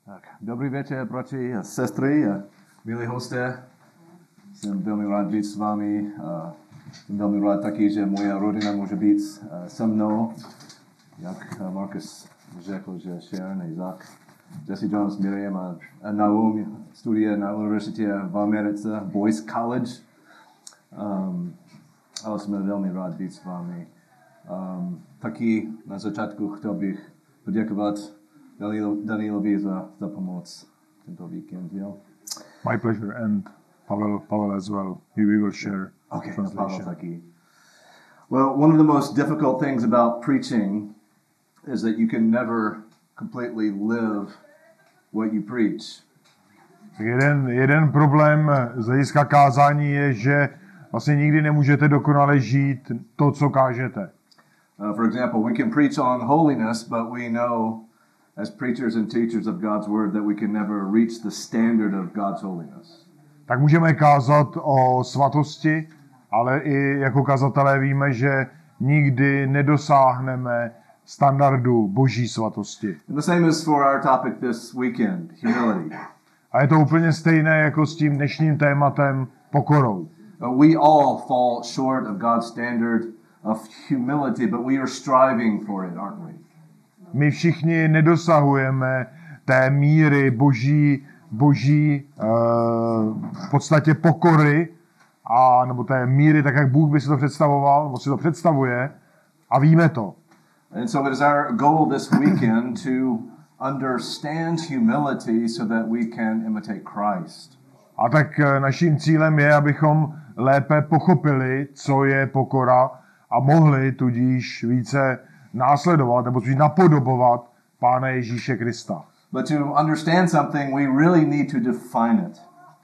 Tak, dobrý večer, bratři a sestry a milí hosté. Jsem velmi rád být s vámi. Jsem velmi rád taky, že moje rodina může být se mnou. Jak Marcus řekl, že Sharon, Isaac, Jesse Jones, Miriam a Naum studuje na univerzitě v Americe, Boys College. Ale jsem velmi rád být s vámi. Taky na začátku chtěl bych poděkovat Danielovi za pomoc tento víkend. My pleasure, and Pavel as well. We will share translation. Taky. Well, one of the most difficult things about preaching is that you can never completely live what you preach. Jeden problém z hlediska kázání je, že vlastně nikdy nemůžete dokonale žít to, co kážete. For example, we can preach on holiness, but we know as preachers and teachers of God's word that we can never reach the standard of God's holiness. Tak můžeme kázat o svatosti, ale i jako kazatelé víme, že nikdy nedosáhneme standardu Boží svatosti. And the same is for our topic this weekend, humility. A je to úplně stejné jako s tím dnešním tématem pokorou. We all fall short of God's standard of humility, but we are striving for it, aren't we? My všichni nedosahujeme té míry boží v podstatě pokory, nebo té míry, tak jak Bůh by si to představoval, nebo si to představuje, a víme to. And so it is our goal this weekend to understand humility so that we can imitate Christ. A tak naším cílem je, abychom lépe pochopili, co je pokora, a mohli tudíž více následovat nebo napodobovat Pána Ježíše Krista. But to understand something, we really need to define it.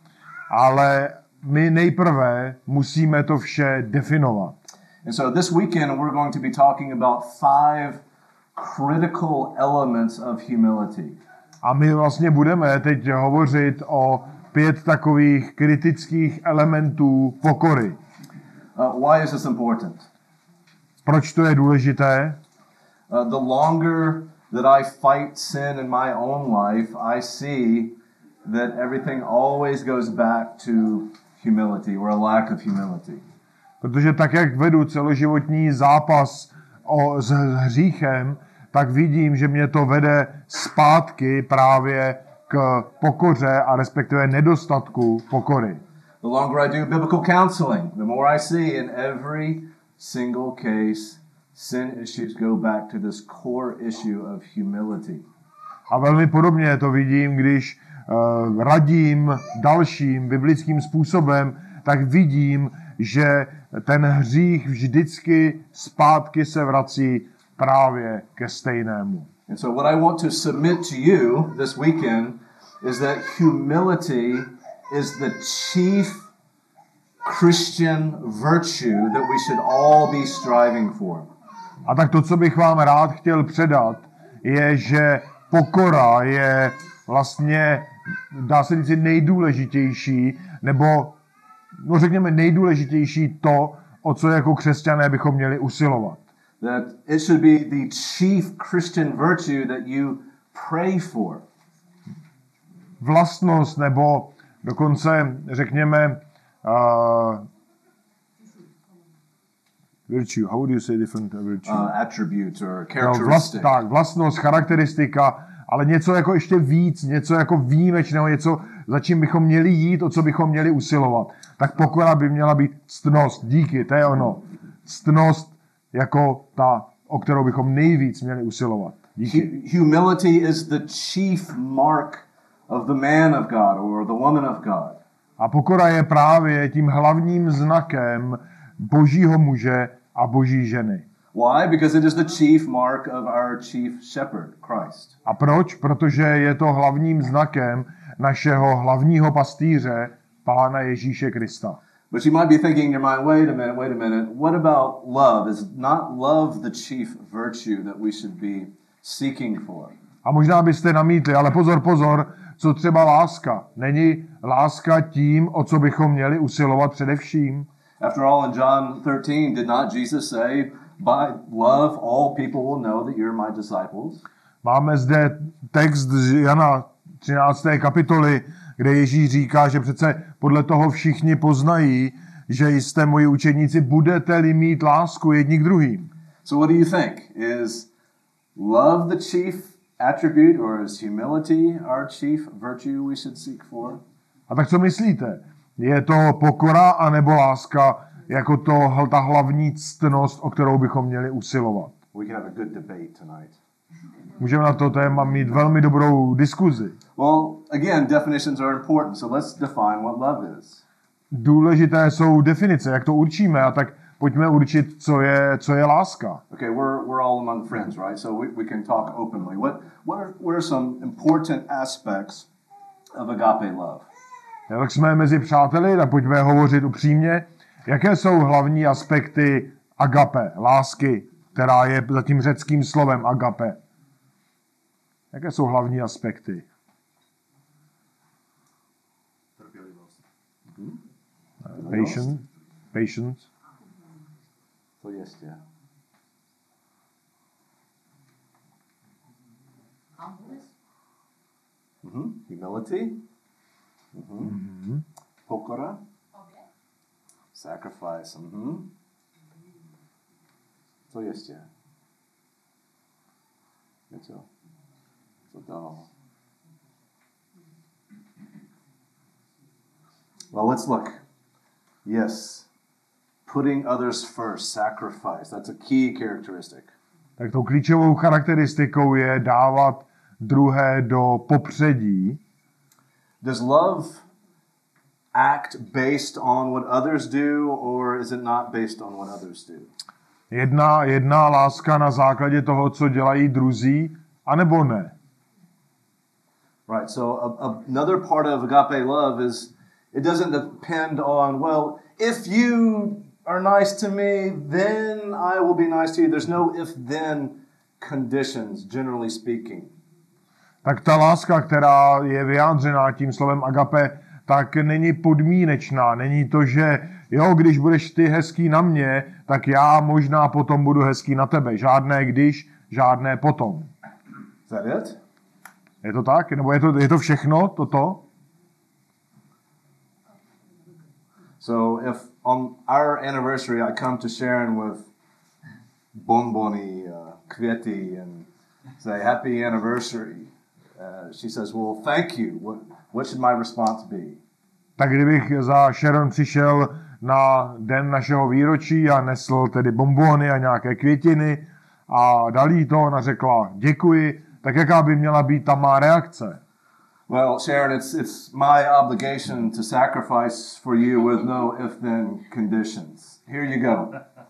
Ale my nejprve musíme to vše definovat. And so this weekend we're going to be talking about 5 critical elements of humility. A my vlastně budeme teď hovořit o 5 takových kritických elementů pokory. Why is this important? Proč to je důležité? The longer that I fight sin in my own life, I see that everything always goes back to humility or a lack of humility. Protože tak, jak vedu celoživotní zápas s hříchem, tak vidím, že mě to vede zpátky právě k pokoře a respektive nedostatku pokory. The longer I do biblical counseling, the more I see in every single case sin issues go back to this core issue of humility. A velmi podobně to vidím, když radím dalším biblickým způsobem, tak vidím, že ten hřích vždycky zpátky se vrací právě ke stejnému. And so what I want to submit to you this weekend is that humility is the chief Christian virtue that we should all be striving for. A tak to, co bych vám rád chtěl předat, je, že pokora je vlastně, dá se říct, nejdůležitější, nebo řekněme nejdůležitější to, o co jako křesťané bychom měli usilovat. That it should be the chief Christian virtue that you pray for. Vlastnost, nebo dokonce řekněme virtue, how would you say different virtue? Attribute or characteristic. Vlastnost, charakteristika, ale něco jako ještě víc, něco jako výjimečného, něco, za čím bychom měli jít, o co bychom měli usilovat. Tak pokora by měla být ctnost. Díky, to je ono. Ctnost jako ta, o kterou bychom nejvíc měli usilovat. Díky. Humility is the chief mark of the man of God or the woman of God. A pokora je právě tím hlavním znakem Božího muže a Boží ženy. Why? Because it is the chief mark of our chief shepherd, Christ. A proč? Protože je to hlavním znakem našeho hlavního pastýře, Pána Ježíše Krista. But you might be thinking in your mind, wait a minute, what about love? Is not love the chief virtue that we should be seeking for? A možná byste namítli, ale pozor, co třeba láska? Není láska tím, o co bychom měli usilovat především? After all, in John 13, did not Jesus say, by love all people will know that you're my disciples? Máme zde text z Jana 13. kapitoly, kde Ježíš říká, že přece podle toho všichni poznají, že jste moji učedníci, budete-li mít lásku jedni k druhým. So what do you think? Is love the chief attribute, or is humility our chief virtue we should seek for? A tak co myslíte? Je to pokora anebo láska jako ta hlavní ctnost, o kterou bychom měli usilovat? We can have a good debate tonight. Můžeme na to téma mít velmi dobrou diskuzi. Well, again, definitions are important, so let's define what love is. Důležité jsou definice, jak to určíme, a tak pojďme určit, co je láska. Okay, we're all among friends, right? So we can talk openly. What are some important aspects of agape love? Tak jsme mezi přáteli, tak pojďme hovořit upřímně. Jaké jsou hlavní aspekty agape, lásky, která je za tím řeckým slovem agape? Jaké jsou hlavní aspekty? Patient. To jest, yeah. Humility. Pokora. Sacrifice. To jest, yeah. Něco dál. Well, let's look. Yes. Putting others first, sacrifice. That's a key characteristic. Tak tou klíčovou charakteristikou je dávat druhé do popředí. Does love act based on what others do, or is it not based on what others do? Jedná láska na základě toho, co dělají druzí, anebo ne? Right, so another part of agape love is it doesn't depend on, well, if you are nice to me, then I will be nice to you. There's no if-then conditions, generally speaking. Tak ta láska, která je vyjádřená tím slovem agape, tak není podmínečná. Není to, že jo, když budeš ty hezký na mě, tak já možná potom budu hezký na tebe. Žádné když, žádné potom. Is that it? Je to tak? Nebo je to všechno, toto? So if on our anniversary I come to Sharon with bonbony, květy, and say happy anniversary, she says, well, thank you. What should my response be? Tak kdybych za Sharon přišel na den našeho výročí a nesl tedy bonbony a nějaké květiny a dal jí to, ona řekla děkuji, tak jaká by měla být ta má reakce? Well, Sharon, it's my obligation to sacrifice for you with no if-then conditions. Here you go.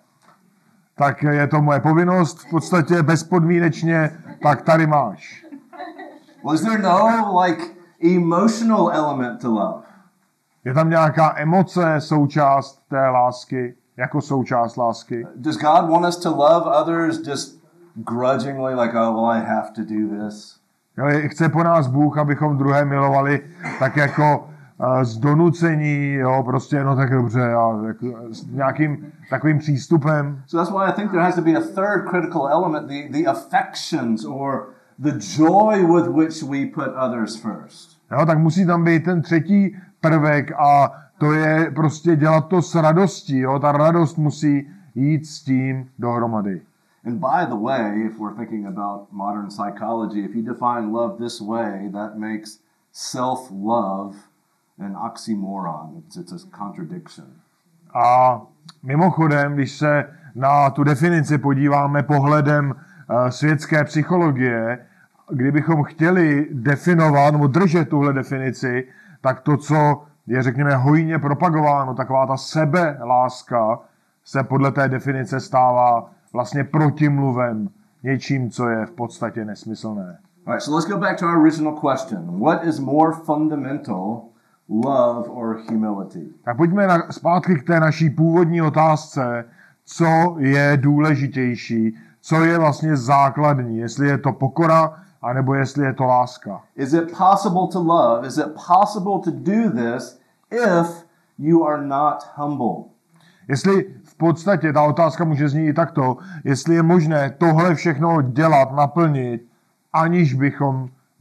Tak je to moje povinnost, v podstatě bezpodmínečně, tak tady máš. Well, is there no, emotional element to love? Je tam nějaká emoce, součást té lásky, jako součást lásky? Does God want us to love others just grudgingly, like, oh, well, I have to do this? Chce po nás Bůh, abychom druhé milovali tak jako z donucení, jo, prostě no tak dobře, s nějakým takovým přístupem. So that's why I think there has to be a third critical element, the affections or the joy with which we put others first. Jo, tak musí tam být ten třetí prvek a to je prostě dělat to s radostí, jo, ta radost musí jít s tím dohromady. And by the way, if we're thinking about modern psychology, if you define love this way, that makes self-love an oxymoron. It's a contradiction. A mimochodem, když se na tu definici podíváme pohledem světské psychologie, kdybychom chtěli definovat nebo držet tuhle definici, tak to, co je, řekněme, hojně propagováno, taková ta sebeláska, se podle té definice stává vlastně protimluvem, něčím, co je v podstatě nesmyslné. All right, so let's go back to our original question. What is more fundamental, love or humility? Tak pojďme zpátky k té naší původní otázce, co je důležitější, co je vlastně základní, jestli je to pokora, anebo jestli je to láska. Is it possible to love? Is it possible to do this if you are not humble? Jestli v podstatě ta otázka může znít i takto, jestli je možné tohle všechno dělat, naplnit, aniž bychom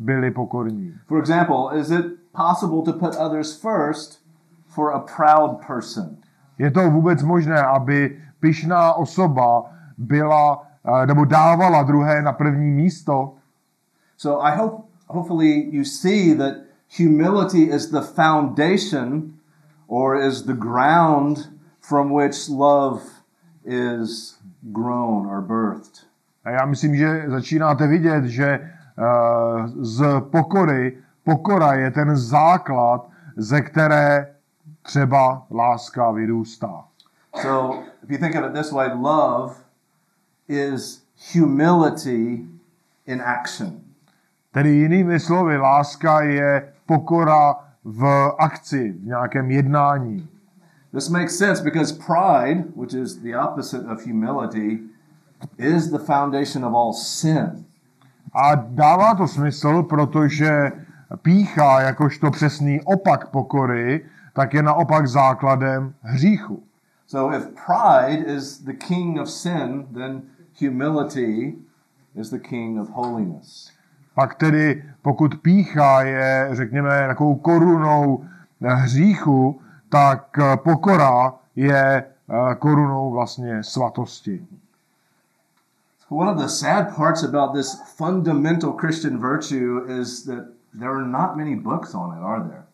byli pokorní. For example, is it possible to put others first for a proud person? Je to vůbec možné, aby pyšná osoba byla nebo dávala druhé na první místo? So I hopefully you see that humility is the foundation or is the ground from which love is grown or birthed. A já myslím, že začínáte vidět, že z pokora je ten základ, ze které třeba láska vyrůstá. So if you think of it this way, love is humility in action. Tedy jinými slovy, láska je pokora v akci, v nějakém jednání. This makes sense because pride, which is the opposite of humility, is the foundation of all sin. A dává to smysl, protože pýcha, jakožto přesný opak pokory, tak je naopak základem hříchu. So if pride is the king of sin, then humility is the king of holiness. Pak tedy, pokud pýcha je, řekněme, takovou korunou hříchu, tak pokora je korunou vlastně svatosti. One of the sad parts about this fundamental Christian virtue is that there are not many books on it, are there?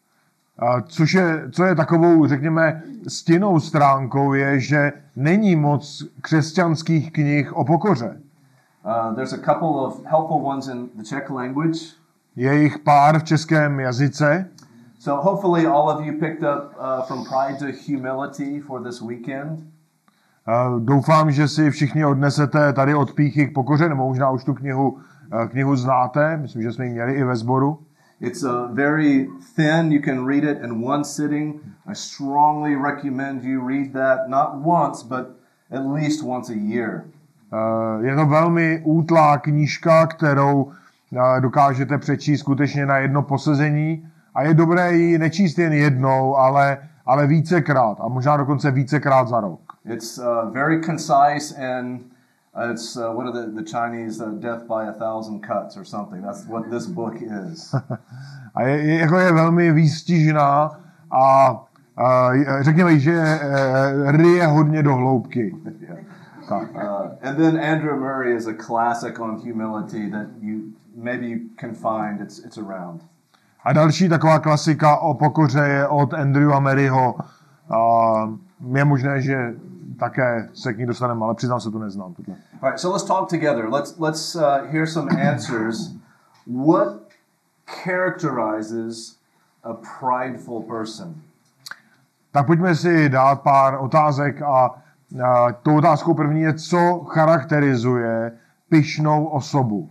Co je takovou, řekněme, stinnou stránkou, je, že není moc křesťanských knih o pokoře. There's a couple of helpful ones in the Czech language. Je jich pár v českém jazyce. So hopefully all of you picked up From Pride to Humility for this weekend. Doufám, že si všichni odnesete tady od pýchy k pokoře, nebo možná už tu knihu znáte. Myslím, že jsme ji měli i ve sboru. It's very thin. You can read it in one sitting. I strongly recommend you read that not once, but at least once a year. Je to velmi útlá knížka, kterou dokážete přečíst skutečně na jedno posezení a je dobré ji nečíst jen jednou, ale vícekrát a možná dokonce vícekrát za rok. It's very concise and it's what are the Chinese death by 1,000 cuts or something. That's what this book is. A je velmi výstižná a řekněme, že ryje hodně do hloubky. And then Andrew Murray is a classic on humility that you can find. It's around. A další taková klasika o pokoře je od Andrewa Murrayho. Je možné, že také se k ní dostaneme, ale přiznám se, tu neznám. All right, so let's talk together. Let's hear some answers. What characterizes a prideful person? Tak pojďme si dát pár otázek a tou otázkou první je, co charakterizuje pyšnou osobu.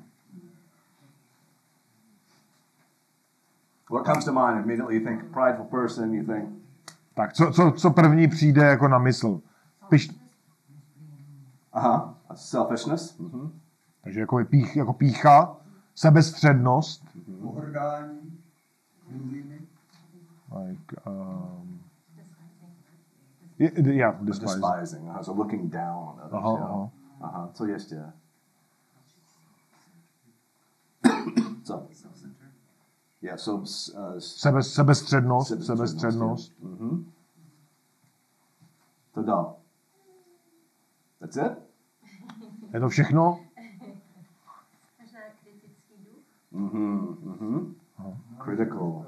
What comes to mind immediately? You think prideful person, you think. Tak co první přijde jako na mysl? Selfishness. Mm-hmm. Takže jako pýcha, sebestřednost. Pohrdání druhými. Like, despising. So looking down on others. Co ještě? Sebestřednost. Mm-hmm. To dál. That's it? Je to všechno? Možná kritický duch. Critical.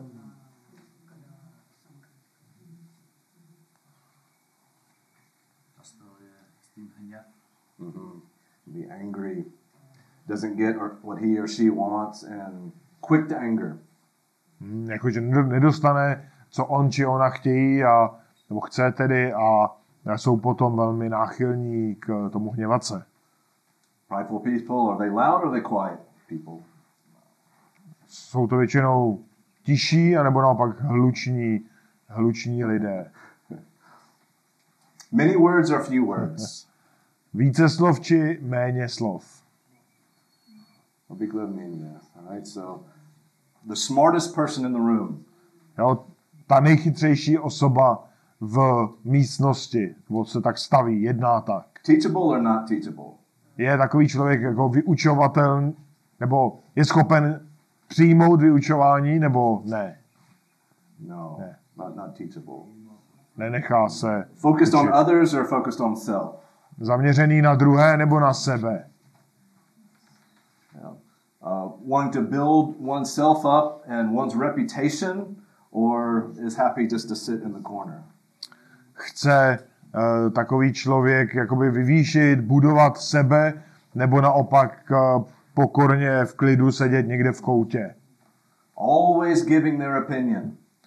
Be angry. Doesn't get what he or she wants and quick to anger. Jakože nedostane, co on či ona chtějí nebo chce tedy a jsou potom velmi náchylní k tomu hněvat se. Prideful people, are they loud or are they quiet people? Jsou to většinou tiší, anebo naopak hluční lidé. Many words or few words? Více slov či méně slov? Obvykle méně. All right, so the smartest person in the room. Jo, ta nejchytřejší osoba v místnosti, nebo se tak staví, jedná tak. Teachable or not teachable? Je takový člověk jako vyučovatel, nebo je schopen přijmout vyučování, nebo ne? No, Yeah. not teachable. Nenechá se Focused on učit. others or focused on self? Zaměřený na druhé nebo na sebe? Yeah. Wanting to build oneself up and one's reputation, or is happy just to sit in the corner? Chce takový člověk jakoby vyvýšit, budovat sebe, nebo naopak pokorně v klidu sedět někde v koutě? Always giving their opinion,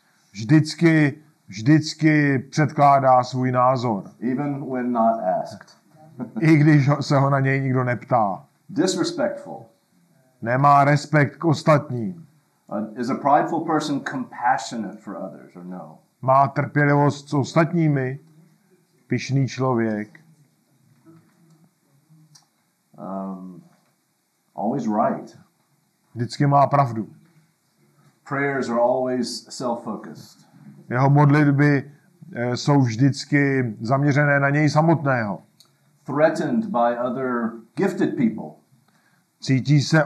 Vždycky předkládá svůj názor, even when not asked. i když se ho na něj nikdo neptá. Disrespectful. Nemá respekt k ostatním. Is a prideful person compassionate for others or no? Má trpělivost s ostatními. Pyšný člověk. Always right. Vždycky má pravdu. Prayers are always self-focused. Jeho modlitby jsou vždycky zaměřené na něj samotného. Threatened by other gifted people. Cítí se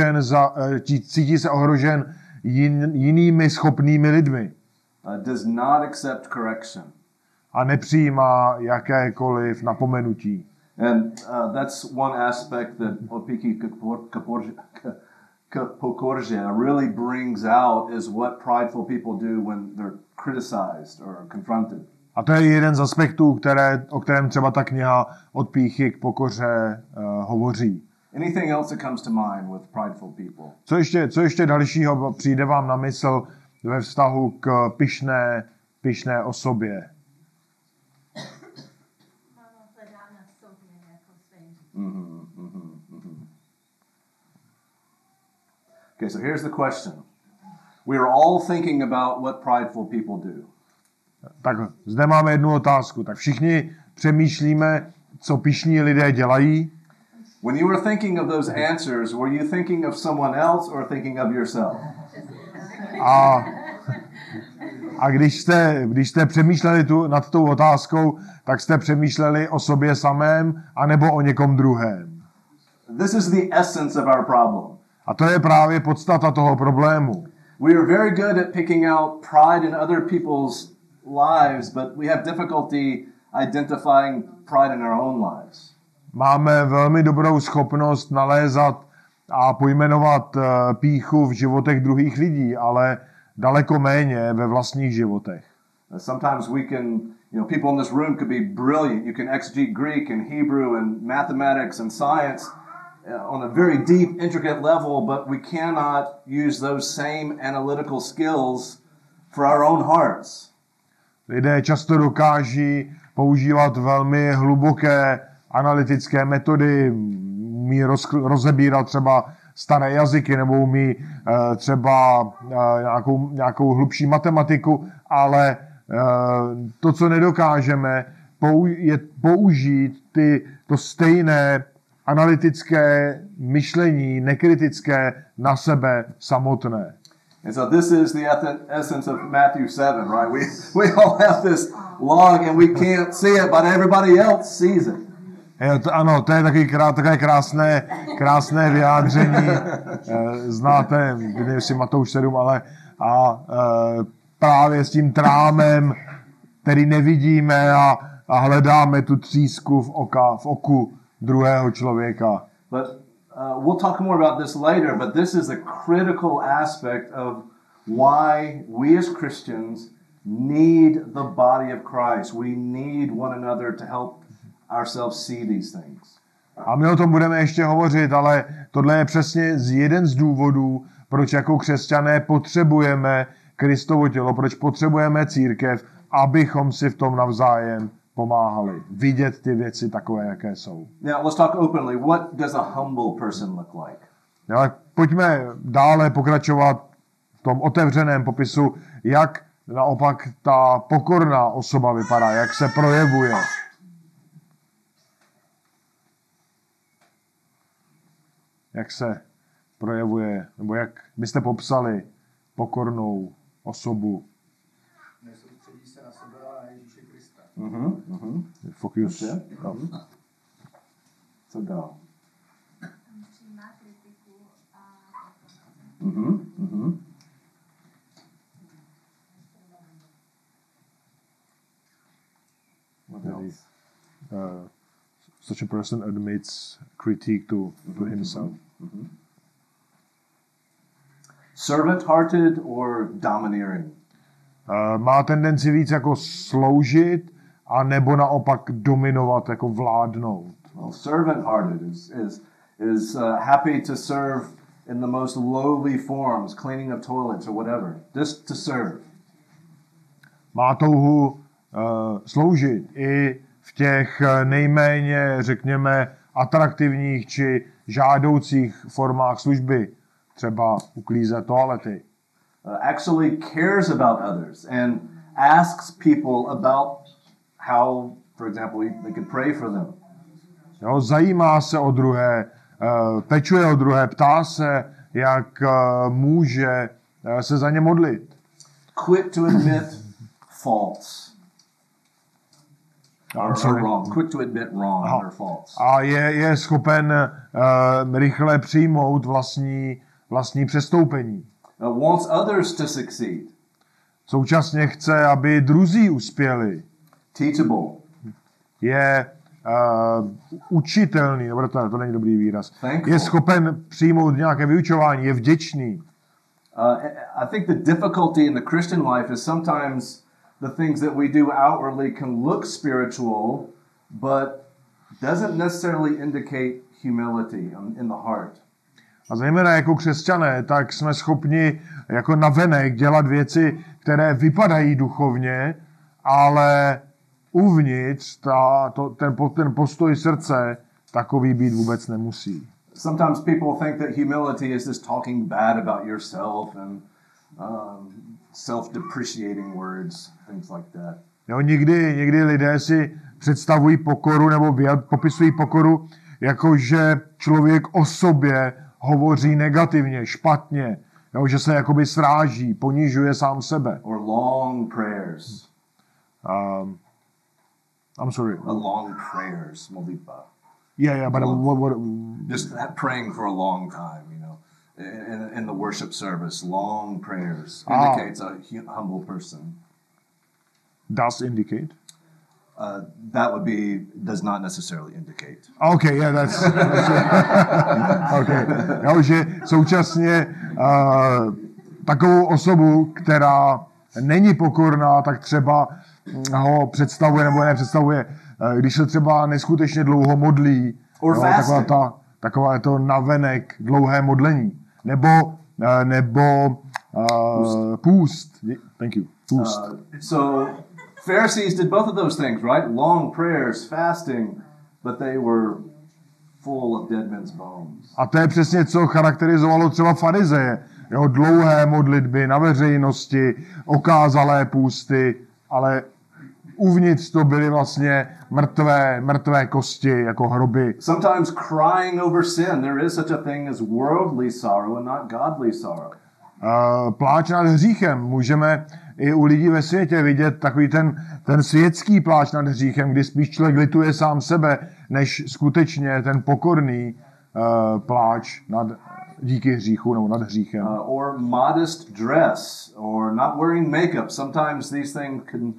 ohrožen jinými schopnými lidmi. Does not accept correction. A nepřijímá jakékoliv napomenutí. And that's one aspect that Opiki Kapokorja really brings out is what prideful people do when they're criticized or confronted. A to je jeden z aspektů, o kterém třeba ta kniha Od pýchy k pokoře hovoří. Anything else that comes to mind with prideful people? Co ještě dalšího přijde vám na mysl ve vztahu k pyšné osobě? Hledá na sobě jako svým. Okay, so here's the question. We are all thinking about what prideful people do. Tak zde máme jednu otázku. Tak všichni přemýšlíme, co pyšní lidé dělají. When you were thinking of those answers, were you thinking of someone else or thinking of yourself? A když jste přemýšleli nad tou otázkou, tak jste přemýšleli o sobě samém, anebo o někom druhém. This is the essence of our problem. A to je právě podstata toho problému. We are very good at picking out pride in other people's lives, but we have difficulty identifying pride in our own lives. Máme velmi dobrou schopnost nalézat a pojmenovat pýchu v životech druhých lidí, ale daleko méně ve vlastních životech. Sometimes we can, people in this room could be brilliant. You can exegete Greek and Hebrew and mathematics and science on a very deep, intricate level, but we cannot use those same analytical skills for our own hearts. Lidé často dokáží používat velmi hluboké analytické metody, umí rozebírat třeba staré jazyky nebo umí třeba nějakou hlubší matematiku, ale to, co nedokážeme, je použít to stejné analytické myšlení, nekritické na sebe samotné. And so this is the essence of Matthew 7, right? We all have this log and we can't see it, but everybody else sees it. Ano, to je takové krásné vyjádření. Znáte, nevím, jestli Matouš 7, ale právě s tím trámem, který nevidíme a hledáme tu třísku v oku druhého člověka. But we'll talk more about this later, but this is a critical aspect of why we as Christians need the body of Christ. We need one another to help ourselves see these things. A my o tom budeme ještě hovořit, ale tohle je přesně jeden z důvodů, proč jako křesťané potřebujeme Kristovo tělo, proč potřebujeme církev, abychom si v tom navzájem pomáhali. Vidět ty věci takové, jaké jsou. Now, let's talk openly. What does a humble person look like? Ale pojďme dále pokračovat v tom otevřeném popisu, jak naopak ta pokorná osoba vypadá, jak se projevuje. Jak se projevuje, nebo jak byste popsali pokornou osobu? Nesoustředí se na sebe a na Ježíše Krista. Focus. Co dál? Přijímá kritiku a What else? Such a person admits critique to himself. Servant-hearted or domineering? Má tendenci víc jako sloužit a nebo naopak dominovat, jako vládnout. Well, servant-hearted is happy to serve in the most lowly forms, cleaning of toilets or whatever, just to serve. Má touhu sloužit i v těch nejméně, řekněme, atraktivních či žádoucích formách služby, třeba uklízet toalety. Actually cares about others and asks people about how, for example, they could pray for them. Jo, zajímá se o druhé, pečuje o druhé, ptá se, jak může se za ně modlit. Quick to admit faults. Or wrong. Quick to admit wrong or faults. A je schopen rychle přijmout vlastní přestoupení. Wants others to succeed. Současně chce, aby druzí uspěli. Teachable. Je učitelný, nebo to není dobrý výraz. Thankful. Je schopen přijmout nějaké vyučování, je vděčný. I think the difficulty in the Christian life is sometimes the things that we do outwardly can look spiritual, but doesn't necessarily indicate humility in the heart. A zejména jako křesťané, tak jsme schopni jako navenek dělat věci, které vypadají duchovně, ale uvnitř ten postoj srdce takový být vůbec nemusí. Sometimes people think that humility is just talking bad about yourself and self-depreciating words, things like that. Jo, někdy lidé si představují pokoru nebo popisují pokoru jako, že člověk o sobě hovoří negativně, špatně, jo, že se jakoby sráží, ponižuje sám sebe. Or long prayers. I'm sorry. Long prayers, modlitba. Yeah, but what? Just praying for a long time, you know, in the worship service, long prayers indicates a humble person. Does indicate? That does not necessarily indicate. Okay, yeah, that's okay. Jo, že současně takovou osobu, která není pokorná, tak třeba ho představuje nebo nepředstavuje, když se třeba neskutečně dlouho modlí, jo, takové to navenek dlouhé modlení, nebo půst. Thank you. Půst. So Pharisees did both of those things, right? Long prayers, fasting, but they were full of dead men's bones. A to je přesně, co charakterizovalo třeba farizeje. Jo, dlouhé modlitby na veřejnosti, okázalé půsty, ale uvnitř to byly vlastně mrtvé kosti, jako hroby. Sometimes crying over sin. There is such a thing as worldly sorrow and not godly sorrow. Pláč nad hříchem. Můžeme i u lidí ve světě vidět takový ten světský pláč nad hříchem, kdy spíš člověk lituje sám sebe, než skutečně ten pokorný pláč díky hříchu nebo nad hříchem. Or modest dress, or not wearing makeup. Sometimes these things can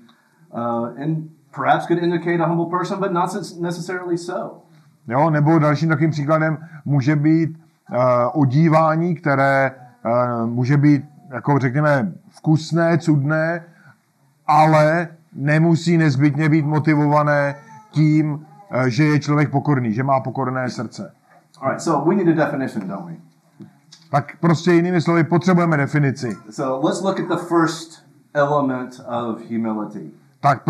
perhaps could indicate a humble person, but not necessarily so. Jo, nebo dalším takovým příkladem může být odívání, které může být, jako řekněme, vkusné, cudné, ale nemusí nezbytně být motivované tím, že je člověk pokorný, že má pokorné srdce. All right, so we need a definition, don't we? Tak prostě jinými slovy potřebujeme definici. So let's look at the first element of humility. Tak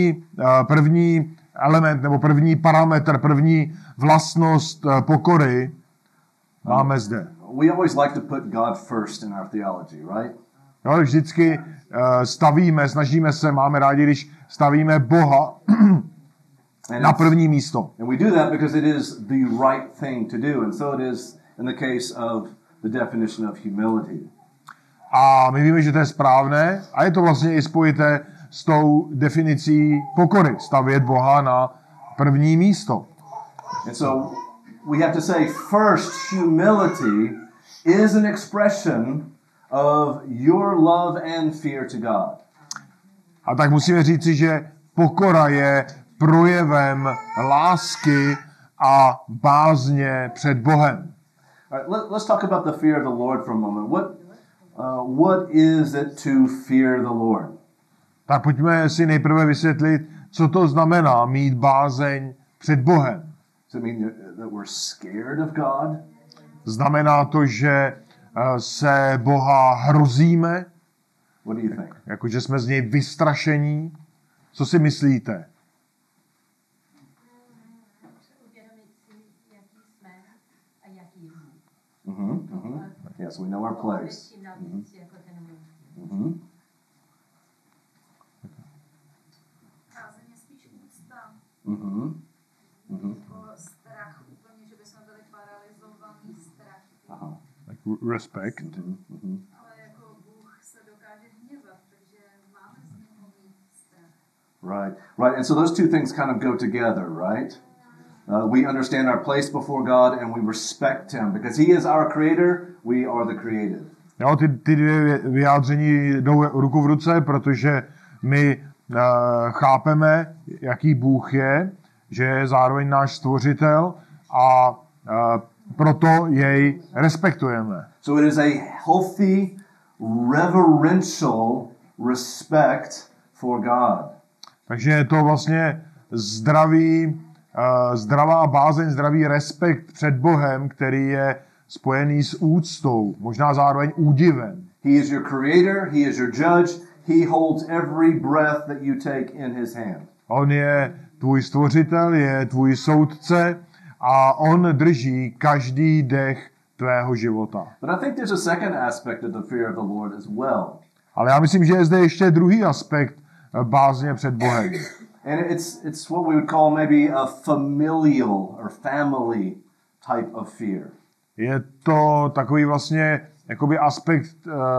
první element nebo první parametr, první vlastnost pokory máme zde. We always like to put God first in our theology, right? Jo, vždycky snažíme se, máme rádi, když stavíme Boha na první místo. And we do that because it is the right thing to do, and so it is in the case of the definition of humility. A my víme, že to je správné a je to vlastně i spojité s tou definicí pokory, stavět Boha na první místo. And so we have to say first, humility is an expression of your love and fear to God. A tak musíme říci, že pokora je projevem lásky a bázně před Bohem. All right, let's talk about the fear of the Lord for a moment. What is it to fear the Lord? Tak pojďme si nejprve vysvětlit, co to znamená mít bázeň před Bohem. Does it mean that we're scared of God? Znamená to, že se Boha hrozíme, What do you think? jako že jsme z něj vystrašení. Co si myslíte? Uvědomit si, jaký jsme a jaký je Bůh. Yes, we know our place. Čím dál víc jako ten Bůh. Kázeň je spíš úcta. Jako strach úplně, že bychom byli paralizovaní strach. Like respect. Ale jako Bůh se dokáže hněvat, takže máme z něho mít strach. Right. And so those two things kind of go together, right? We understand our place before God and we respect Him because He is our creator, we are the created. Jo, ty dvě vyjádření jdou ruku v ruce, protože my chápeme, jaký Bůh je, že je zároveň náš stvořitel a proto jej respektujeme. So it is a healthy, reverential respect for God. Takže je to vlastně zdravá bázeň, zdravý respekt před Bohem, který je spojený s úctou, možná zároveň údivem. He is your creator, He is your judge, He holds every breath that you take in His hand. On je tvůj stvořitel, je tvůj soudce a on drží každý dech tvého života. But I think there's a second aspect of the fear of the Lord as well. Ale já myslím, že je zde ještě druhý aspekt bázně před Bohem. And it's what we would call maybe a familial or family type of fear. Je to takový vlastně jakoby aspekt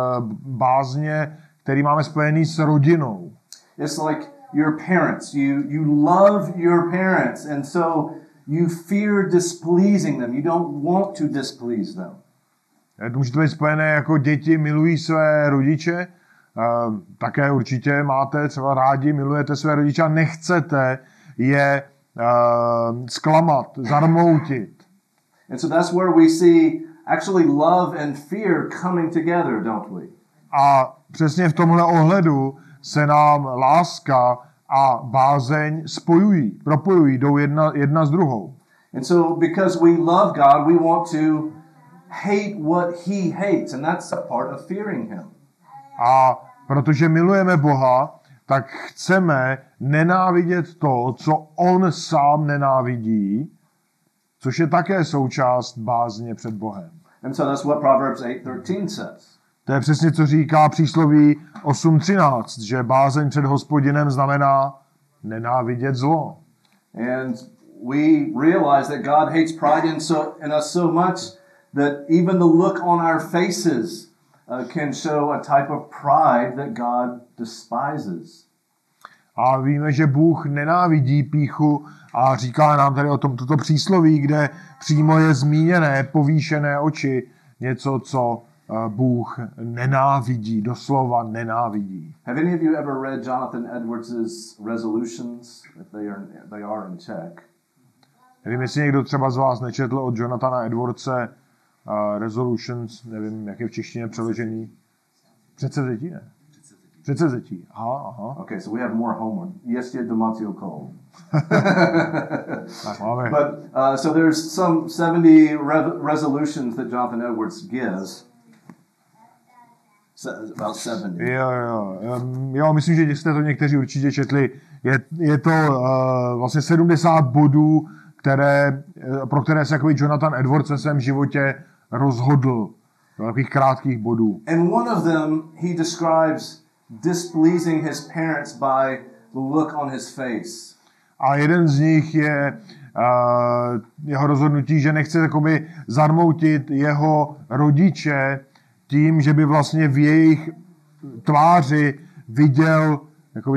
bázně, který máme spojený s rodinou. It's like your parents. You love your parents, and so you fear displeasing them. You don't want to displease them. To může to být spojené jako děti milují své rodiče, také určitě máte třeba rádi, milujete své rodiče a nechcete je zklamat, zarmoutit. And so that's where we see actually love and fear coming together, don't we? A přesně v tomhle ohledu se nám láska a bázeň spojují, propojují, jdou jedna s druhou. And so because we love God, we want to hate what He hates, and that's a part of fearing Him. A protože milujeme Boha, tak chceme nenávidět to, co on sám nenávidí, což je také součást bázně před Bohem. And so that's what Proverbs 8:13 says. To je přesně, co říká přísloví 8.13, že bázeň před Hospodinem znamená nenávidět zlo. And we realize that God hates pride in us so much that even the look on our faces can show a type of pride that God despises. A víme, že Bůh nenávidí pýchu a říká nám tady o tom toto přísloví, kde přímo je zmíněné povýšené oči, něco, co Bůh nenávidí, doslova nenávidí. Have any of you ever read Jonathan Edwards's Resolutions? If they are in Czech. Nevím, jestli někdo třeba z vás nečetl od Jonathana Edwardse Resolutions, nevím, jak je v češtině přeložený. Předsevzetí, ne? Předsevzetí. Aha. Okay, so we have more homework. Ještě domácí úkol. Tak máme. But so there's some 70 resolutions that Jonathan Edwards gives. About 70. Jo, myslím, že jste to někteří určitě četli. Je to vlastně 70 bodů, pro které se takový Jonathan Edwards ve svém životě rozhodl. Takových krátkých bodů. And one of them, he describes displeasing his parents by the look on his face. A jeden z nich je jeho rozhodnutí, že nechce jakoby zarmoutit jeho rodiče tím, že by vlastně v jejich tváři viděl jakoby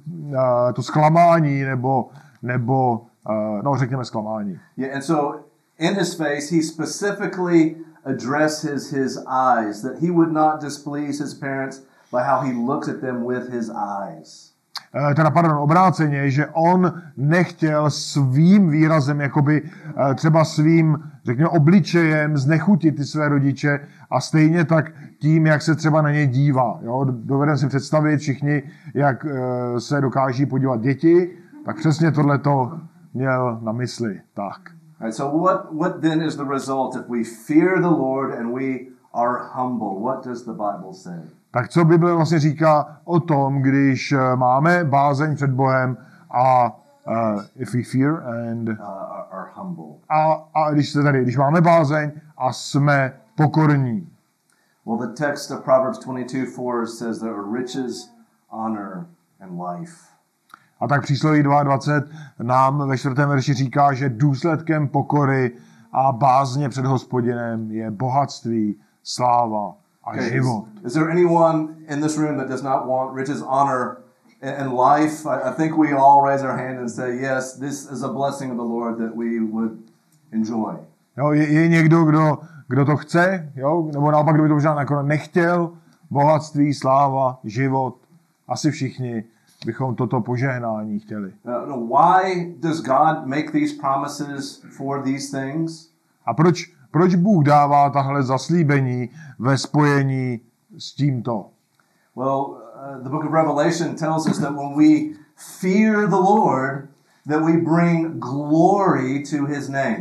tu zklamání nebo řekněme zklamání. Yeah, and so in his face, he specifically addresses his eyes, that he would not displease his parents by how he looks at them with his eyes. Obráceně, že on nechtěl svým výrazem, jakoby třeba svým, řekněme, obličejem znechutit ty své rodiče a stejně tak tím, jak se třeba na ně dívá. Jo? Dovedeme si představit všichni, jak se dokáží podívat děti, tak přesně tohleto měl na mysli. Tak. Right, so what then is the result if we fear the Lord and we are humble? What does the Bible say? Tak co Bible vlastně říká o tom, když máme bázeň před Bohem a if we fear and are humble. A když máme bázeň a jsme pokorní. Well, the text of Proverbs 22:4 says there are riches, honor, and life. A tak přísloví 22 nám ve 4. verši říká, že důsledkem pokory a bázně před Hospodinem je bohatství, sláva a život. Is there anyone in this room that does not want riches, honor, and life? I think we all raise our hand and say, yes, this is a blessing of the Lord that we would enjoy. Jo, je někdo, kdo to chce, jo? Nebo naopak, kdo by to možná nakonec nechtěl? Bohatství, sláva, život. Asi všichni bychom toto požehnání chtěli. Why does God make these promises for these things? A proč Bůh dává tahle zaslíbení ve spojení s tímto? Well, the book of Revelation tells us that when we fear the Lord, that we bring glory to his name.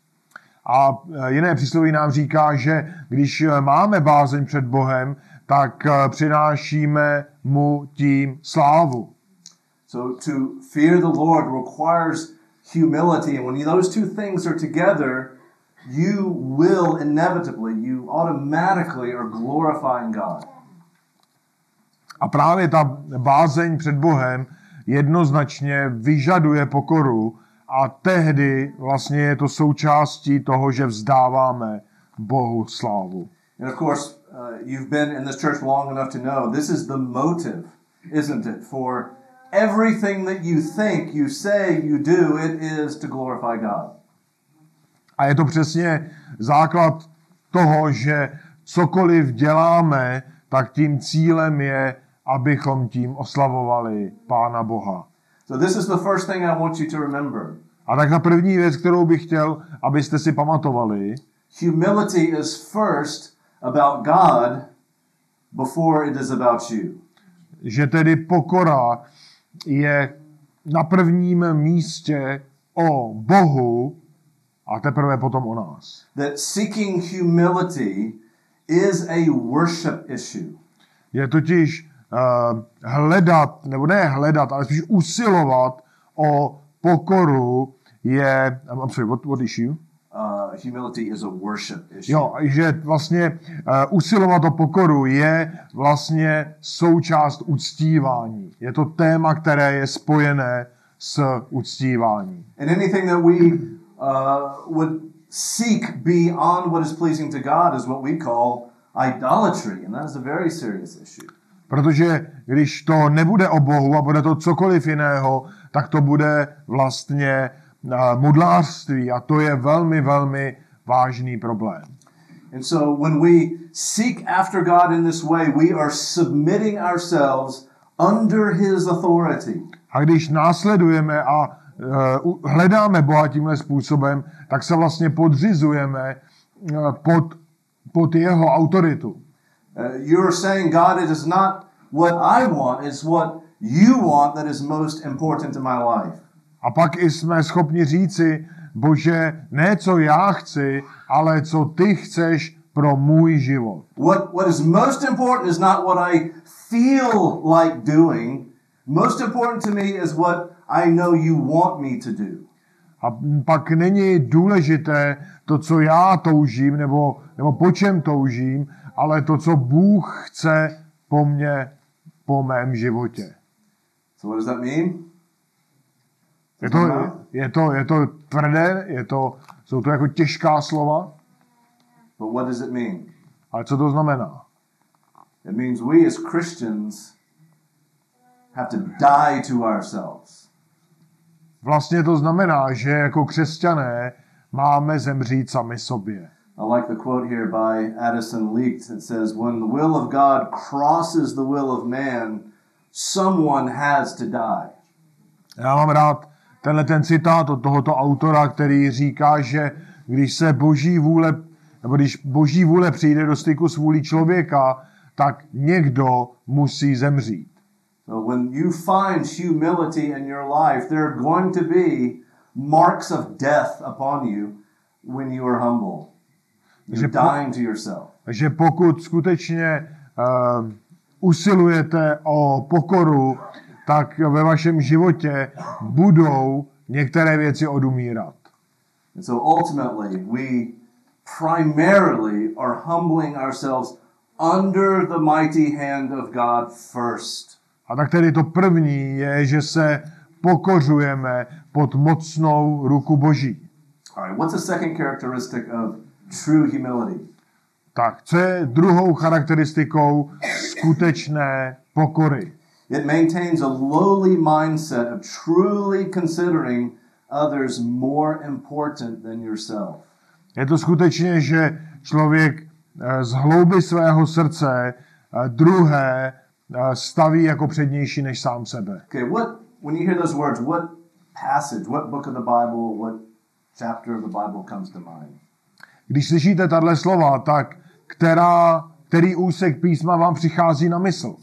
A jiné přísloví nám říká, že když máme bázeň před Bohem, tak přinášíme mu tím slávu. So to fear the Lord requires humility, and when those two things are together, you will inevitably, you automatically are glorifying God. A právě ta bázeň před Bohem jednoznačně vyžaduje pokoru a tehdy vlastně je to součástí toho, že vzdáváme Bohu slávu. And of course, you've been in this church long enough to know this is the motive, isn't it, for everything that you think, you say, you do, it is to glorify God. A je to přesně základ toho, že cokoliv děláme, tak tím cílem je, abychom tím oslavovali Pána Boha. So this is the first thing I want you to remember. A tak ta první věc, kterou bych chtěl, abyste si pamatovali, humility is first about God before it is about you. Že tedy pokora je na prvním místě o Bohu a teprve potom o nás. That seeking humility is a worship issue. Je totiž hledat, nebo ne hledat, ale spíš usilovat o pokoru je, I'm sorry, what issue? Humility is a worship issue. Jo, že vlastně usilovat o pokoru je vlastně součást uctívání. Je to téma, které je spojené s uctíváním. And anything that we would seek beyond what is pleasing to God is what we call idolatry, and that is a very serious issue. Protože když to nebude o Bohu a bude to cokoliv jiného, tak to bude vlastně modlářství a to je velmi, velmi vážný problém. And so when we seek after God in this way, we are submitting ourselves under his authority. A když následujeme a hledáme Boha tímhle způsobem, tak se vlastně podřizujeme pod jeho autoritu. You're saying, God, it is not what I want, it's what you want that is most important in my life. A pak i jsme schopni říci, Bože, ne co já chci, ale co ty chceš pro můj život. What is most important is not what I feel like doing. Most important to me is what I know you want me to do. A pak není důležité to, co já toužím, nebo po čem toužím, ale to, co Bůh chce po mně, po mém životě. So what does that mean? Je to tvrdé, jsou to jako těžká slova. But what does it mean? Ale co to znamená? It means we as Christians have to die to ourselves. Vlastně to znamená, že jako křesťané máme zemřít sami sobě. I like the quote here by Addison Leaked. It says, when the will of God crosses the will of man, someone has to die. Já mám rád tenhle ten citát od tohoto autora, který říká, že když se boží vůle, nebo když boží vůle přijde do styku s vůlí člověka, tak někdo musí zemřít. So when you find humility in your life, there are going to be marks of death upon you when you are humble. You're dying to yourself. Takže pokud skutečně usilujete o pokoru, tak ve vašem životě budou některé věci odumírat. And so ultimately, we primarily are humbling ourselves under the mighty hand of God first. A tak tedy to první je, že se pokořujeme pod mocnou ruku Boží. All right, what's the second characteristic of true humility? Tak, co je druhou charakteristikou skutečné pokory? It maintains a lowly mindset of truly considering others more important than yourself. Je to skutečně, že člověk z hlouby svého srdce druhé staví jako přednější než sám sebe. Okay, when you hear those words, what passage, what book of the Bible, what chapter of the Bible comes to mind? Když slyšíte tato slova, tak který úsek písma vám přichází na mysl?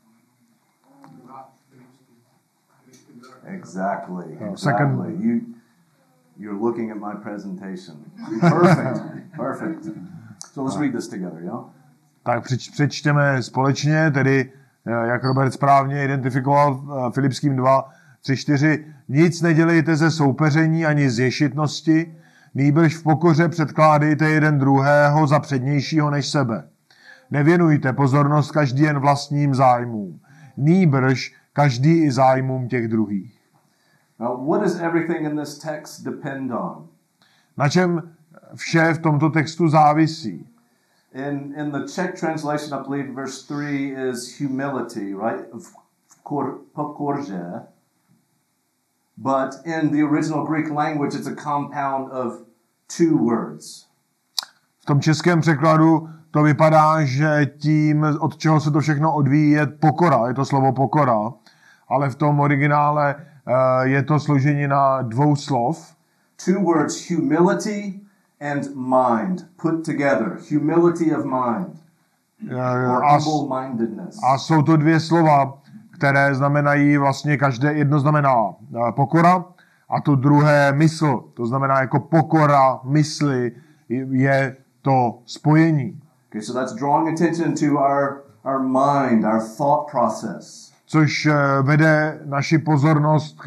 Exactly. Second. You're looking at my presentation. Perfect. Perfect. So let's read this together, yeah? Tak přečtěme společně, tedy jak Robert správně identifikoval Filipským 2, 3, 4. Nic nedělejte ze soupeření ani z ješitnosti, nýbrž v pokoře předkládejte jeden druhého za přednějšího než sebe. Nevěnujte pozornost každý jen vlastním zájmům, nýbrž každý i zájmům těch druhých. Now, what does everything in this text depend on? Na čem vše v tomto textu závisí? In the Czech translation, I believe verse 3 is humility, right? Pokorze. But in the original Greek language, it's a compound of two words. V tom českém překladu to vypadá, že tím, od čeho se to všechno odvíjí, je pokora. Je to slovo pokora. Ale v tom originále je to složenina dvou slov. Two words, humility and mind, put together. Humility of mind. Or humble-mindedness. A jsou to dvě slova, které znamenají vlastně každé, jedno znamená pokora a to druhé mysl. To znamená jako pokora mysli je to spojení. Okay, so that's drawing attention to our mind, our thought process. Což vede naši pozornost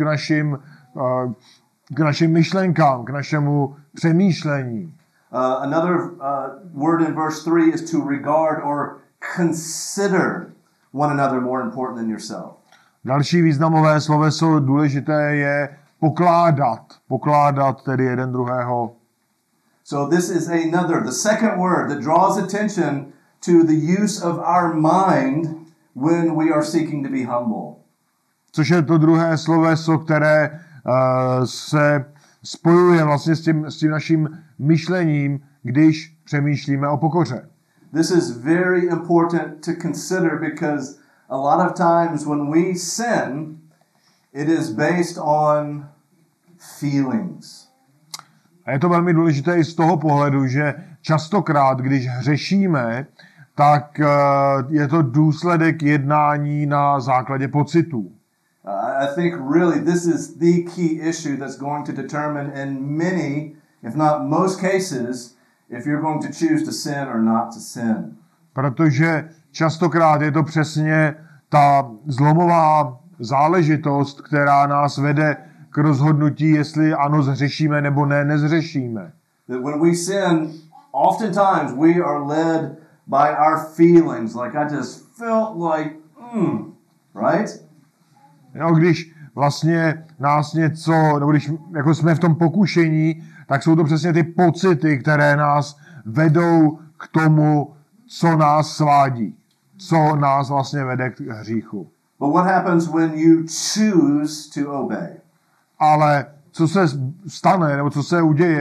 k našim myšlenkám, k našemu přemýšlení. Another word in verse 3 is to regard or consider one another more important than yourself. Další významové sloveso důležité je pokládat tedy jeden druhého. So this is the second word that draws attention to the use of our mind when we are seeking to be humble. Což je to druhé sloveso, které se spojuje vlastně s tím naším myšlením, když přemýšlíme o pokoře. This is very important to consider because a lot of times when we sin, it is based on feelings. A je to velmi důležité i z toho pohledu, že častokrát, když hřešíme, tak je to důsledek jednání na základě pocitů. I think really this is the key issue that's going to determine in many, if not most cases, if you're going to choose to sin or not to sin. Protože častokrát je to přesně ta zlomová záležitost, která nás vede k rozhodnutí, jestli ano zhřešíme nebo ne, nezhřešíme. That when we sin, oftentimes we are led by our feelings, like I just felt like, right? Jo, když vlastně nás něco, nebo když jako jsme v tom pokušení, tak jsou to přesně ty pocity, které nás vedou k tomu, co nás svádí, co nás vlastně vede k hříchu. But what happens when you choose to obey? Ale co se stane, nebo co se uděje,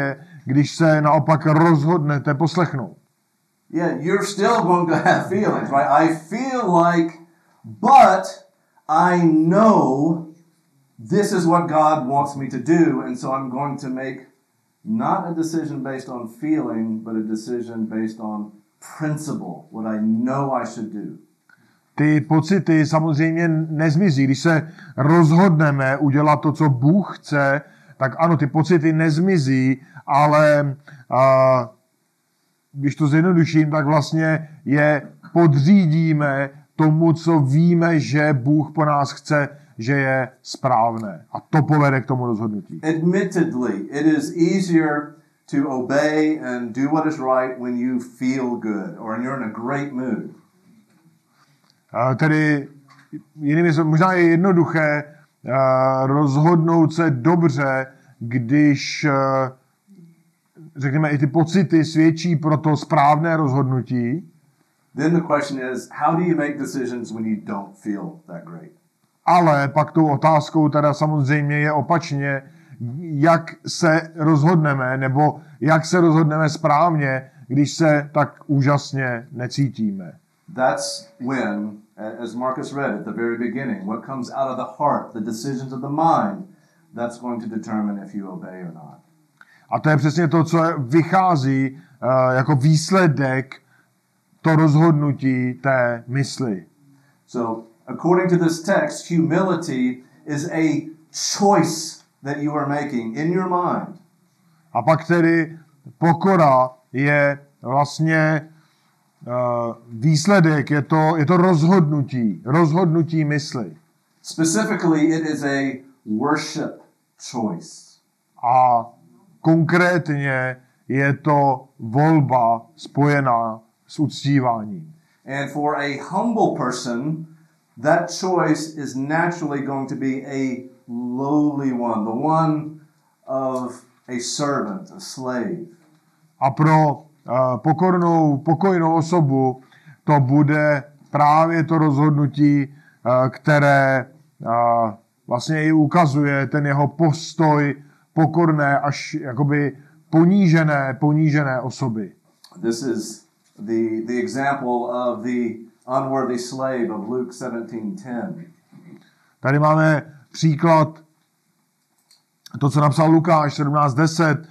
když se naopak rozhodnete poslechnout. Yeah, you're still going to have feelings, right? I feel like, but I know this is what God wants me to do, and so I'm going to make not a decision based on feeling, but a decision based on principle, what I know I should do. Ty pocity samozřejmě nezmizí. Když se rozhodneme udělat to, co Bůh chce, tak ano, ty pocity nezmizí, ale když to zjednoduším, tak vlastně je podřídíme tomu, co víme, že Bůh po nás chce, že je správné. A to povede k tomu rozhodnutí. Admittedly, it is easier to obey and do what is right when you feel good or when you're in a great mood. Tedy jinými slovy, možná je jednoduché rozhodnout se dobře, když řekněme i ty pocity svědčí pro to správné rozhodnutí. Then the question is, how do you make decisions when you don't feel that great? Ale pak tou otázkou teda samozřejmě je opačně, jak se rozhodneme, nebo jak se rozhodneme správně, když se tak úžasně necítíme. That's when, as Marcus read at the very beginning, what comes out of the heart, the decisions of the mind, that's going to determine if you obey or not. A to je přesně to, co vychází jako výsledek to rozhodnutí té mysli. So, according to this text, humility is a choice that you are making in your mind. A pak tedy pokora je vlastně výsledek, je to rozhodnutí mysli. Specifically, it is a worship choice. A konkrétně je to volba spojená s uctíváním. And for a humble person, that choice is naturally going to be a lowly one, the one of a servant, a slave. A pro pokojnou osobu to bude právě to rozhodnutí, které vlastně i ukazuje ten jeho postoj pokorné až jakoby ponížené osoby. This is the example of the unworthy slave of Luke 17:10. Tady máme příklad, to, co napsal Lukáš 17:10,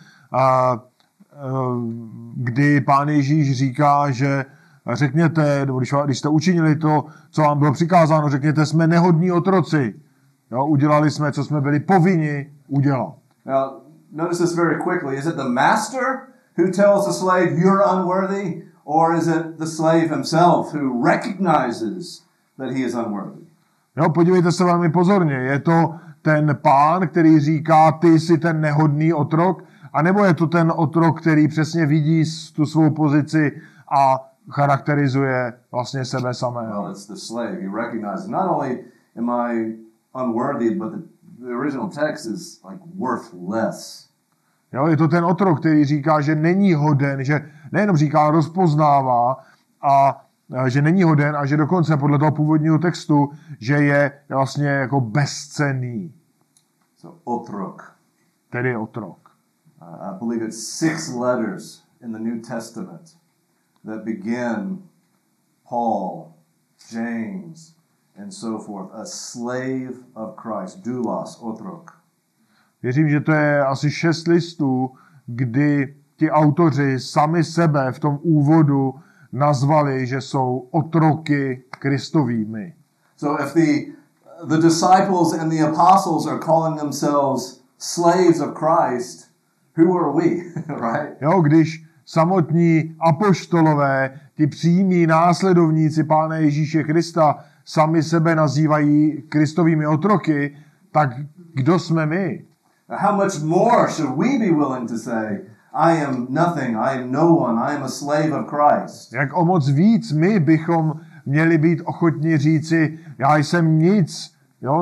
kdy Pán Ježíš říká, že řekněte, nebo když jste učinili to, co vám bylo přikázáno, řekněte, jsme nehodní otroci. Jo, udělali jsme, co jsme byli povinni udělat. Now, notice this very quickly. Is it the master who tells the slave, you're unworthy? Or is it the slave himself who recognizes that he is unworthy? Jo, podívejte se velmi pozorně. Je to ten pán, který říká, ty jsi ten nehodný otrok, anebo je to ten otrok, který přesně vidí tu svou pozici a charakterizuje vlastně sebe samého? Well, it's the slave. He recognizes not only am I unworthy, but the original text is like worthless. Jo, je to ten otrok, který říká, že není hoden, že nejenom říká, rozpoznává a že není hoden a že dokonce podle toho původního textu, že je vlastně jako bezcenný. So otrok. Tedy otrok. I believe it's 6 letters in the New Testament that begin Paul, James, and so forth. A slave of Christ. Doulos, otrok. Věřím, že to je asi 6 listů, kdy ti autoři sami sebe v tom úvodu nazvali, že jsou otroky Kristovými. So if the disciples and the apostles are calling themselves slaves of Christ, who are we, right? Jo, když samotní apoštolové, ti přímí následovníci Pána Ježíše Krista, sami sebe nazývají Kristovými otroky, tak kdo jsme my? How much more should we be willing to say, I am nothing, I am no one, I am a slave of Christ? Jak o moc víc my bychom měli být ochotni říci, já jsem nic, jo,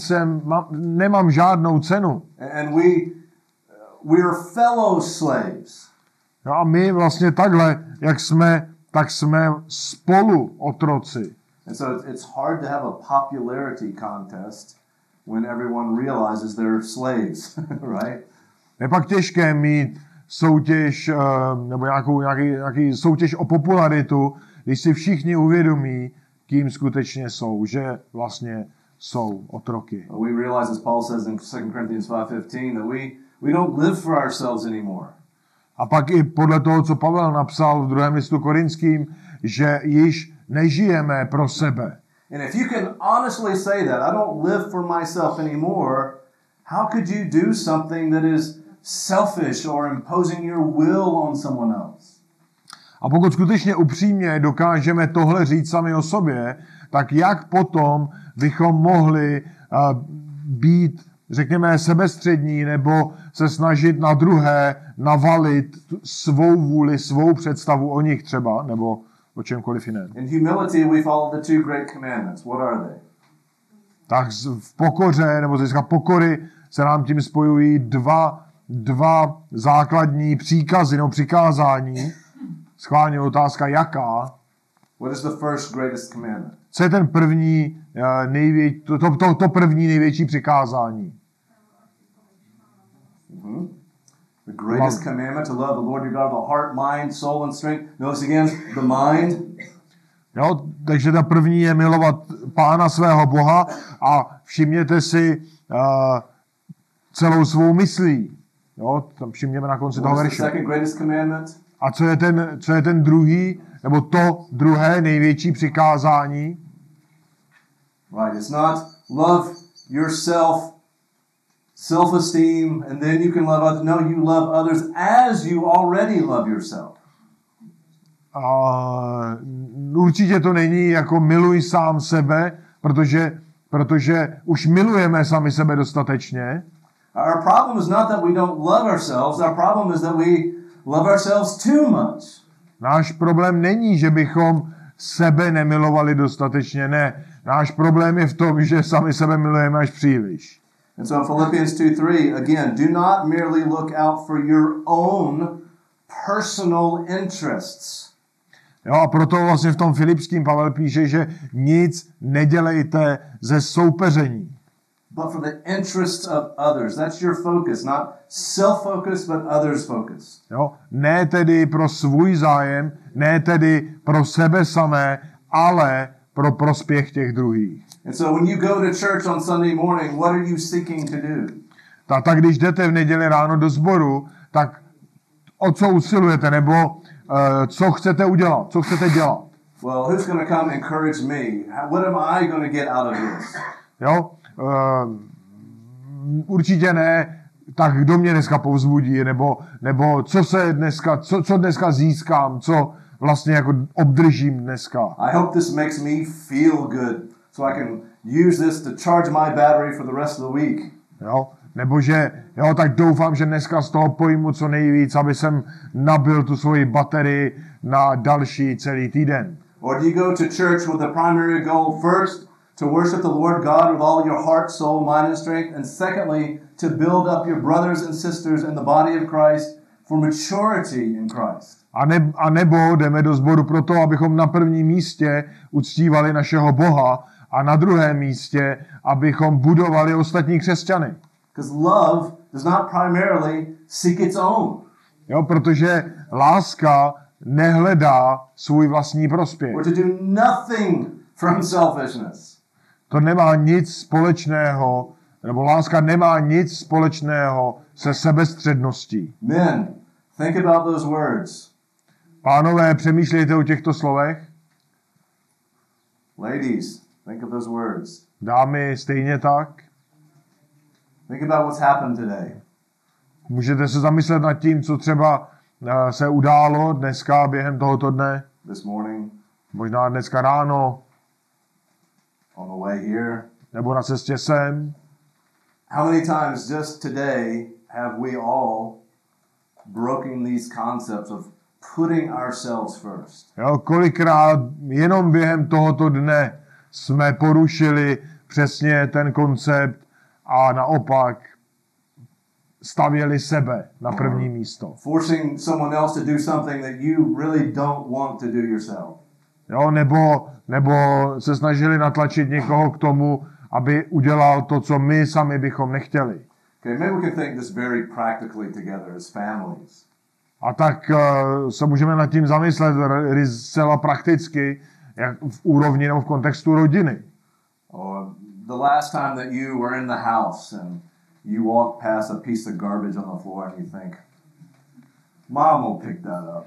nemám žádnou cenu. And we are fellow slaves. Jo, a my vlastně takhle, jak jsme, tak jsme spolu otroci. And so it's hard to have a popularity contest when everyone realizes they're slaves, right? Je pak těžké mít soutěž, nebo nějaký soutěž o popularitu, když si všichni uvědomí, kým skutečně jsou, že vlastně jsou otroky. We realize, as Paul says in 2 Corinthians 5:15, that we don't live for ourselves anymore. A pak i podle toho, co Pavel napsal v 2. listu Korinským, že již nežijeme pro sebe. And if you can honestly say that, I don't live for myself anymore, how could you do something that is selfish or imposing your will on someone else? A pokud skutečně upřímně dokážeme tohle říct sami o sobě, tak jak potom bychom mohli být, řekněme, sebestřední nebo se snažit na druhé navalit svou vůli, svou představu o nich třeba, nebo o čemkoliv jiném. In humility, we follow the two great commandments. What are they? Tak v pokoře, nebo z hlediska pokory se nám tím spojují dva základní příkazy nebo přikázání. Schválně otázka, jaká? What is the first greatest commandment? Co je ten první, to první největší přikázání? Mm-hmm. The greatest commandment to love the Lord your God with the heart, mind, soul, and strength. Notice again, the mind. Jo, takže ta první je milovat Pána svého Boha a všimněte si celou svou myslí. Jo, tam všimněme na konci toho What is the verše. second greatest commandment? A co je ten druhý, nebo to druhé největší přikázání? Right, it's not love yourself, self-esteem, and then you can love others. No, you love others as you already love yourself. Určitě to není jako miluj sám sebe, protože už milujeme sami sebe dostatečně. Our problem is not that we don't love ourselves. Our problem is that we love ourselves too much. Náš problém není, že bychom sebe nemilovali dostatečně, ne. Náš problém je v tom, že sami sebe milujeme až příliš. And so in Philippians 2:3, again, do not merely look out for your own personal interests. Jo, a proto vlastně v tom Filipským Pavel píše, že nic nedělejte ze soupeření. But for the interests of others. That's your focus, not self-focused, but others-focused. Jo, ne tedy pro svůj zájem, ne tedy pro sebe samé, ale pro prospěch těch druhých. And so when you go to church on Sunday morning, what are you seeking to do? Tak když jdete v neděli ráno do sboru, tak o co usilujete, nebo co chcete udělat, co chcete dělat? Well, who's going to come encourage me? What am I going to get out of this? Jo, určitě ne, tak kdo mě dneska povzbudí, nebo co dneska získám, co vlastně jako obdržím dneska. I hope this makes me feel good so I can use this to charge my battery for the rest of the week. Jo, nebo že, jo, tak doufám, že dneska z toho pojmu co nejvíc, aby jsem nabil tu svoji baterii na další celý týden. Or do you go to church with the primary goal first to worship the Lord God with all your heart, soul, mind and strength, and secondly to build up your brothers and sisters in the body of Christ for maturity in Christ? A nebo jdeme do sboru proto, abychom na prvním místě uctívali našeho Boha a na druhém místě, abychom budovali ostatní křesťany. Because love does not primarily seek its own. Jo, protože láska nehledá svůj vlastní prospěch. Or to do nothing from selfishness. To nemá nic společného, nebo láska nemá nic společného se sebestředností. Men, think about those words. Pánové, přemýšlejte o těchto slovech. Ladies, think of those words. Dámy, stejně tak. Think about what's happened today. Můžete se zamyslet nad tím, co třeba se událo dneska během tohoto dne. This morning, Možná dneska ráno, on the way here. nebo na cestě sem. How many times just today have we all broken these concepts of putting ourselves first? Jo, kolikrát jenom během tohoto dne jsme porušili přesně ten koncept a naopak stavěli sebe na první místo. Forcing someone else to do something that you really don't want to do yourself. Jo, nebo se snažili natlačit někoho k tomu, aby udělal to, co my sami bychom nechtěli. Okay, maybe we can think this very practically together as families. A tak se můžeme nad tím zamyslet zcela prakticky, jak v úrovni nebo v kontextu rodiny. Or the last time that you were in the house and you walk past a piece of garbage on the floor and you think, Mom will pick that up.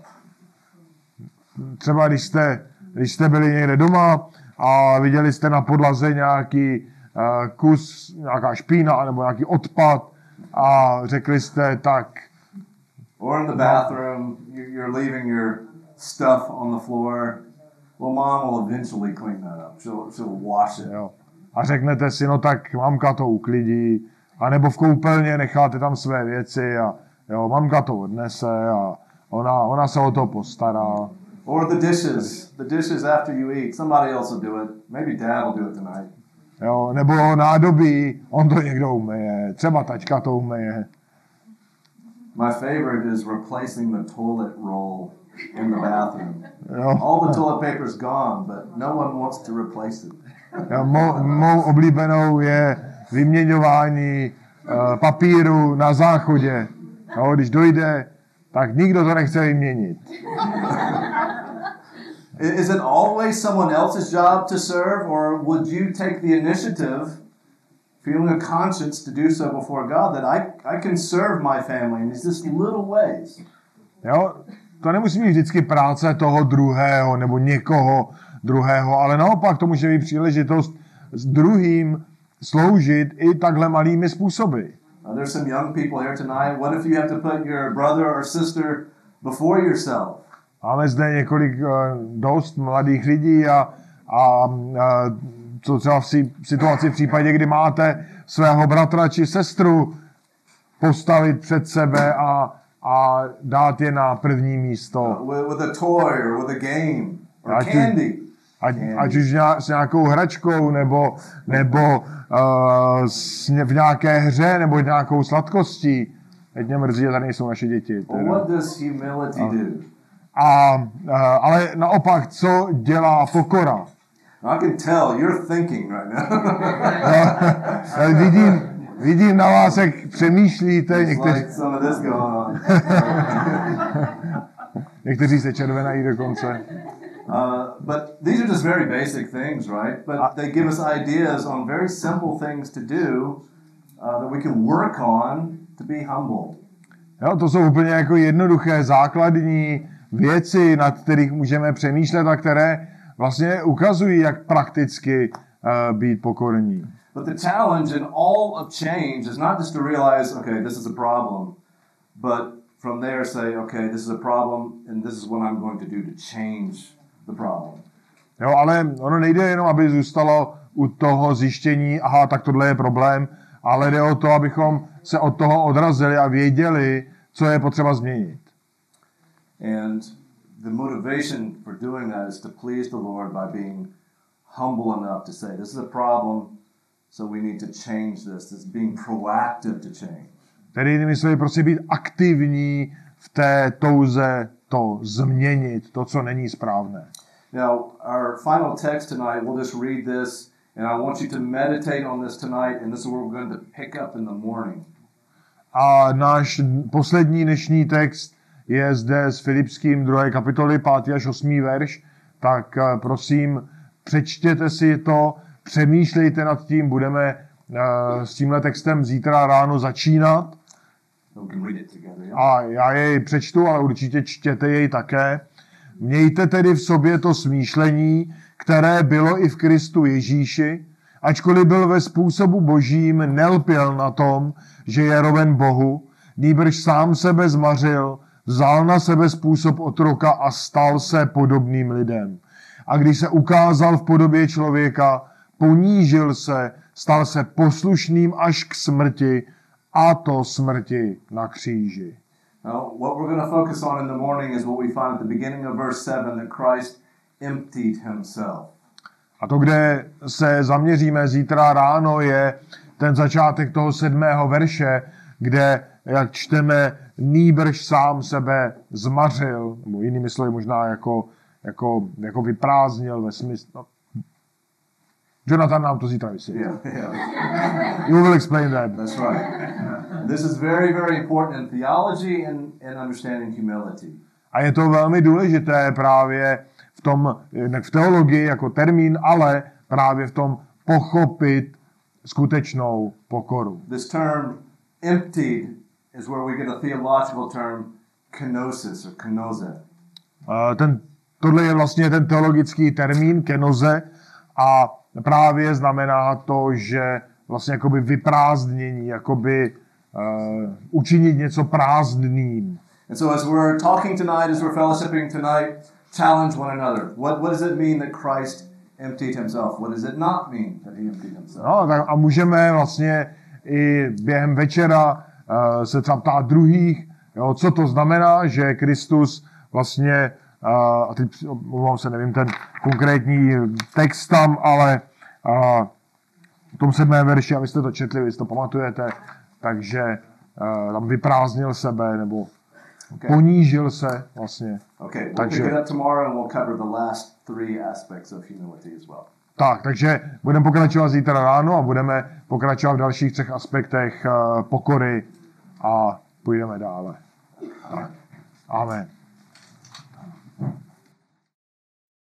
Třeba když jste byli někde doma a viděli jste na podlaze nějaký kus, nějaká špína nebo nějaký odpad a řekli jste tak. Or in the bathroom, you're leaving your stuff on the floor. Well, Mom will eventually clean that up. She'll wash it. Jo. A řeknete si, no tak mamka to uklidí. A nebo v koupelně necháte tam své věci a jo, mamka to odnese a ona se o to postará. Or the dishes after you eat. Somebody else will do it. Maybe Dad will do it tonight. Jo, nebo nádobí, on to někdo umyje. Třeba tačka to umyje. My favorite is replacing the toilet roll in the bathroom. Jo. All the toilet paper's gone, but no one wants to replace it. Jo, mou oblíbenou je vyměňování papíru na záchodě. Jo, když dojde, tak nikdo to nechce vyměnit. Is it always someone else's job to serve, or would you take the initiative, feeling a conscience to do so before God, that I can serve my family in these just little ways? Jo, to nemusí být vždycky práce toho druhého nebo někoho druhého, ale naopak to může být příležitost s druhým sloužit i takhle malými způsoby. There's some young people here tonight. What if you have to put your brother or sister before yourself? Máme zde několik dost mladých lidí a co třeba v situaci v případě, kdy máte svého bratra či sestru postavit před sebe a dát je na první místo. With a toy or with a game or candy. Ať už s nějakou hračkou nebo v nějaké hře nebo nějakou sladkostí. Teď mě mrzí, že tady nejsou naše děti. What does humility do? Ale naopak, co dělá pokora? I can tell you're thinking right now. Vidím na vás, jak přemýšlíte. Někteří se červenají dokonce. But these are just very basic things, right? But they give us ideas on very simple things to do that we can work on to be humble. Jo, to jsou úplně jako jednoduché základní věci, nad kterých můžeme přemýšlet a které vlastně ukazují, jak prakticky být pokorní. But the challenge in all of change is not just to realize, okay, this is a problem, but from there say, okay, this is a problem and this is what I'm going to do to change the problem. Jo, ale ono nejde jenom, aby zůstalo u toho zjištění, aha, tak tohle je problém, ale jde o to, abychom se od toho odrazili a věděli, co je potřeba změnit. And the motivation for doing that is to please the Lord by being humble enough to say, this is a problem, so we need to change this. This is being proactive to change. Tedy jinými slovy, prostě být aktivní v té touze to změnit, to, co není správné. Now, our final text tonight, we'll just read this, and I want you to meditate on this tonight, and this is what we're going to pick up in the morning. A náš poslední dnešní text je zde s Filipským 2. kapitoly 5. až 8. verš, tak prosím, přečtěte si to, přemýšlejte nad tím, budeme s tímhle textem zítra ráno začínat. A já jej přečtu, ale určitě čtěte jej také. Mějte tedy v sobě to smýšlení, které bylo i v Kristu Ježíši, ačkoliv byl ve způsobu božím, nelpěl na tom, že je roven Bohu, nýbrž sám sebe zmařil, vzal na sebe způsob otroka a stal se podobným lidem. A když se ukázal v podobě člověka, ponížil se, stal se poslušným až k smrti, a to smrti na kříži. Now, what we're going to focus on in the morning is what we find at the beginning of verse 7, that Christ emptied himself. A to, kde se zaměříme zítra ráno, je ten začátek toho 7. verše, kde, jak čteme, nýbrž sám sebe zmařil, nebo jinými slovy možná jako vyprázdnil ve smyslu. Jonathan nám to zítra vysvětlí. Yeah. You will explain that. That's right. This is very, very important in theology and understanding humility. A je to velmi důležité právě v teologii jako termín, ale právě v tom pochopit skutečnou pokoru. This term emptied is where we get a theological term kenosis or kenoze. Tohle je vlastně ten teologický termín kenoze a právě znamená to, že vlastně jakoby vyprázdnění, jakoby učinit něco prázdným. And so as we're talking tonight, as we're fellowshipping tonight, challenge one another. What does it mean that Christ emptied himself? What does it not mean that he emptied himself? No, tak a můžeme vlastně i během večera se třeba ptát druhých, jo, co to znamená, že Kristus vlastně, a teď mluvám se, nevím ten konkrétní text tam, ale v tom 7. verši, a vy jste to četli, vy si to pamatujete, takže tam vyprázdnil sebe, nebo ponížil se vlastně. Okay, we'll pick it up tomorrow and we'll cover the last 3 aspects of humility as well. Tak, takže budeme pokračovat zítra ráno a budeme pokračovat v dalších 3 aspektech pokory a půjdeme dále. Tak. Amen.